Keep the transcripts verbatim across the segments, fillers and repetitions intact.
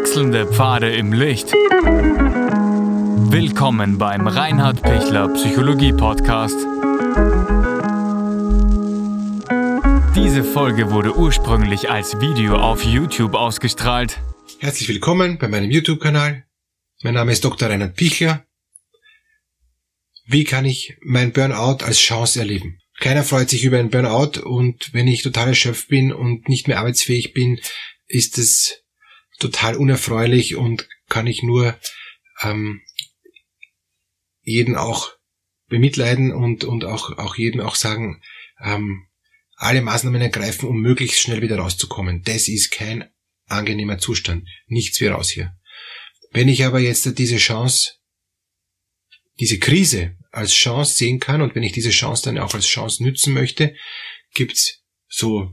Wechselnde Pfade im Licht. Willkommen beim Reinhard Pichler Psychologie Podcast. Diese Folge wurde ursprünglich als Video auf YouTube ausgestrahlt. Herzlich willkommen bei meinem YouTube-Kanal. Mein Name ist Doktor Reinhard Pichler. Wie kann ich mein Burnout als Chance erleben? Keiner freut sich über einen Burnout, und wenn ich total erschöpft bin und nicht mehr arbeitsfähig bin, ist es total unerfreulich und kann ich nur ähm, jeden auch bemitleiden und und auch auch jeden auch sagen, ähm, alle Maßnahmen ergreifen, um möglichst schnell wieder rauszukommen. Das ist kein angenehmer Zustand. Nichts wie raus hier. Wenn ich aber jetzt diese Chance, diese Krise als Chance sehen kann, und wenn ich diese Chance dann auch als Chance nützen möchte, gibt's so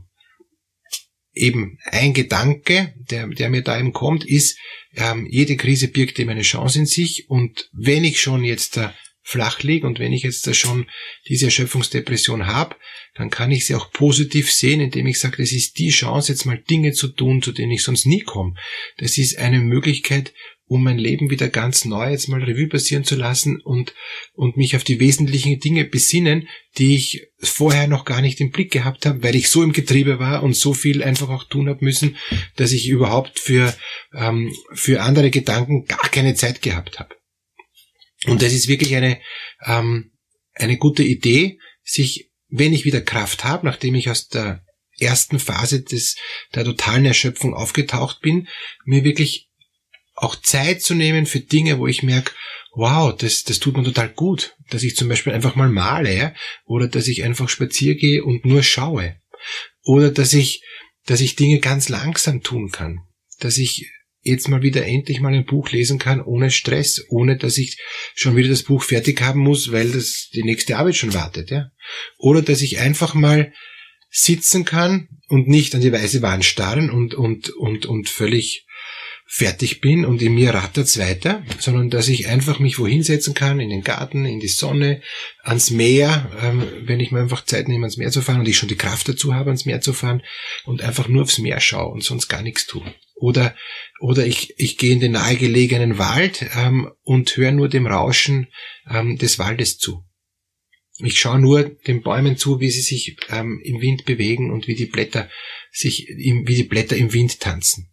eben ein Gedanke, der, der mir da eben kommt, ist, ähm, jede Krise birgt eben eine Chance in sich, und wenn ich schon jetzt da flach liege und wenn ich jetzt da schon diese Erschöpfungsdepression habe, dann kann ich sie auch positiv sehen, indem ich sage, das ist die Chance, jetzt mal Dinge zu tun, zu denen ich sonst nie komme. Das ist eine Möglichkeit, um mein Leben wieder ganz neu jetzt mal Revue passieren zu lassen und und mich auf die wesentlichen Dinge besinnen, die ich vorher noch gar nicht im Blick gehabt habe, weil ich so im Getriebe war und so viel einfach auch tun habe müssen, dass ich überhaupt für ähm, für andere Gedanken gar keine Zeit gehabt habe. Und das ist wirklich eine ähm, eine gute Idee, sich, wenn ich wieder Kraft habe, nachdem ich aus der ersten Phase des der totalen Erschöpfung aufgetaucht bin, mir wirklich auch Zeit zu nehmen für Dinge, wo ich merke, wow, das das tut mir total gut, dass ich zum Beispiel einfach mal male, ja? Oder dass ich einfach spazieren gehe und nur schaue, oder dass ich dass ich Dinge ganz langsam tun kann, dass ich jetzt mal wieder endlich mal ein Buch lesen kann ohne Stress, ohne dass ich schon wieder das Buch fertig haben muss, weil das die nächste Arbeit schon wartet, ja? Oder dass ich einfach mal sitzen kann und nicht an die weiße Wand starren und und und und völlig fertig bin und in mir rattert's weiter, sondern dass ich einfach mich wohin setzen kann, in den Garten, in die Sonne, ans Meer, ähm, wenn ich mir einfach Zeit nehme, ans Meer zu fahren und ich schon die Kraft dazu habe, ans Meer zu fahren, und einfach nur aufs Meer schaue und sonst gar nichts tue. Oder oder ich ich gehe in den nahegelegenen Wald ähm, und höre nur dem Rauschen ähm, des Waldes zu. Ich schaue nur den Bäumen zu, wie sie sich ähm, im Wind bewegen und wie die Blätter sich im, wie die Blätter im Wind tanzen.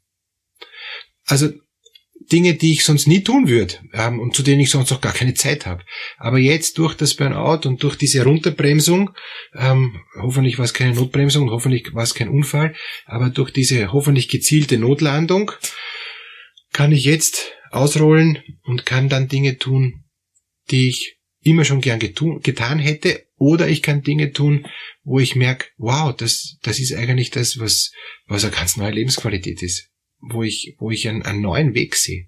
Also Dinge, die ich sonst nie tun würde, ähm, und zu denen ich sonst auch gar keine Zeit habe. Aber jetzt durch das Burnout und durch diese Runterbremsung, ähm, hoffentlich war es keine Notbremsung und hoffentlich war es kein Unfall, aber durch diese hoffentlich gezielte Notlandung kann ich jetzt ausrollen und kann dann Dinge tun, die ich immer schon gern getu- getan hätte, oder ich kann Dinge tun, wo ich merke, wow, das das ist eigentlich das, was was eine ganz neue Lebensqualität ist. wo ich wo ich einen, einen neuen Weg sehe.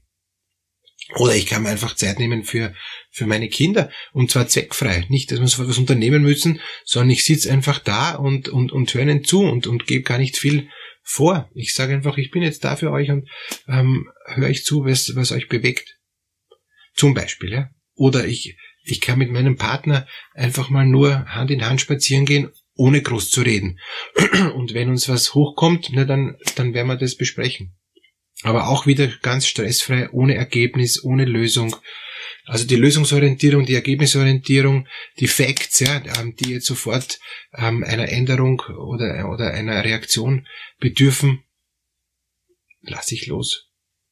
Oder ich kann mir einfach Zeit nehmen für für meine Kinder, und zwar zweckfrei. Nicht, dass wir so etwas unternehmen müssen, sondern ich sitze einfach da und und und höre ihnen zu und und gebe gar nicht viel vor. Ich sage einfach, ich bin jetzt da für euch und ähm, höre euch zu, was was euch bewegt. Zum Beispiel, ja. Oder ich ich kann mit meinem Partner einfach mal nur Hand in Hand spazieren gehen, ohne groß zu reden. Und wenn uns was hochkommt, na dann dann werden wir das besprechen. Aber auch wieder ganz stressfrei, ohne Ergebnis, ohne Lösung. Also die Lösungsorientierung, die Ergebnisorientierung, die Facts, ja, die jetzt sofort ähm, einer Änderung oder oder einer Reaktion bedürfen, lasse ich los.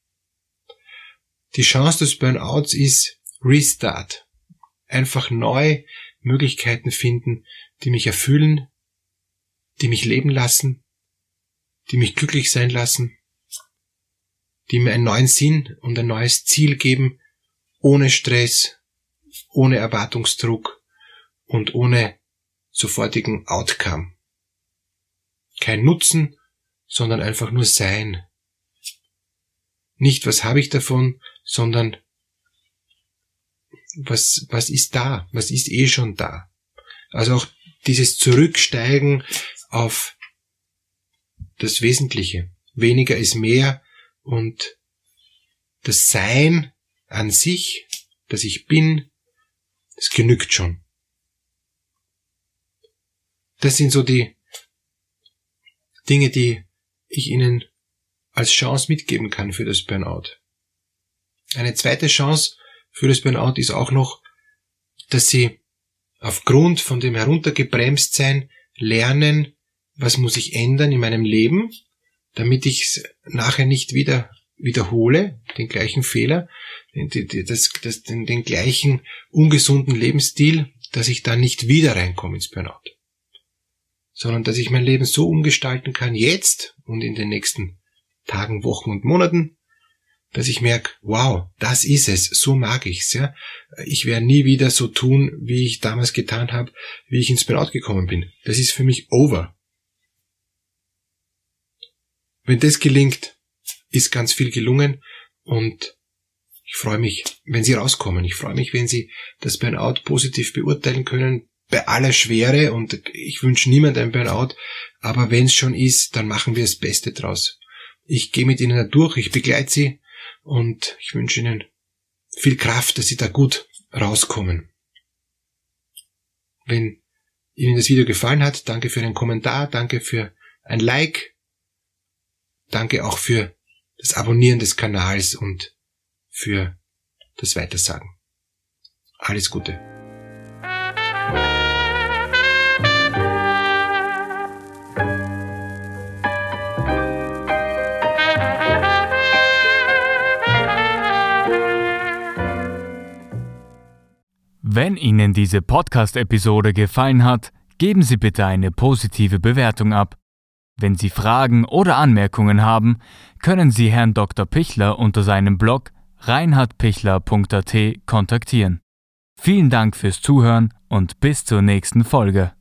Die Chance des Burnouts ist Restart. Einfach neu Möglichkeiten finden, die mich erfüllen, die mich leben lassen, die mich glücklich sein lassen, die mir einen neuen Sinn und ein neues Ziel geben, ohne Stress, ohne Erwartungsdruck und ohne sofortigen Outcome. Kein Nutzen, sondern einfach nur Sein. Nicht, was habe ich davon, sondern was, was ist da, was ist eh schon da. Also auch dieses Zurücksteigen auf das Wesentliche. Weniger ist mehr, und das Sein an sich, das ich bin, das genügt schon. Das sind so die Dinge, die ich Ihnen als Chance mitgeben kann für das Burnout. Eine zweite Chance für das Burnout ist auch noch, dass Sie aufgrund von dem Heruntergebremstsein lernen, was muss ich ändern in meinem Leben, damit ich es nachher nicht wieder wiederhole, den gleichen Fehler, den, das, das, den, den gleichen ungesunden Lebensstil, dass ich da nicht wieder reinkomme ins Burnout. Sondern dass ich mein Leben so umgestalten kann, jetzt und in den nächsten Tagen, Wochen und Monaten, dass ich merke, wow, das ist es, so mag ich's, ja. Ich werde nie wieder so tun, wie ich damals getan habe, wie ich ins Burnout gekommen bin. Das ist für mich over. Wenn das gelingt, ist ganz viel gelungen und ich freue mich, wenn Sie rauskommen. Ich freue mich, wenn Sie das Burnout positiv beurteilen können, bei aller Schwere, und ich wünsche niemand ein Burnout, aber wenn es schon ist, dann machen wir das Beste draus. Ich gehe mit Ihnen da durch, ich begleite Sie und ich wünsche Ihnen viel Kraft, dass Sie da gut rauskommen. Wenn Ihnen das Video gefallen hat, danke für den Kommentar, danke für ein Like, danke auch für das Abonnieren des Kanals und für das Weitersagen. Alles Gute. Wenn Ihnen diese Podcast-Episode gefallen hat, geben Sie bitte eine positive Bewertung ab. Wenn Sie Fragen oder Anmerkungen haben, können Sie Herrn Doktor Pichler unter seinem Blog reinhard pichler punkt a t kontaktieren. Vielen Dank fürs Zuhören und bis zur nächsten Folge.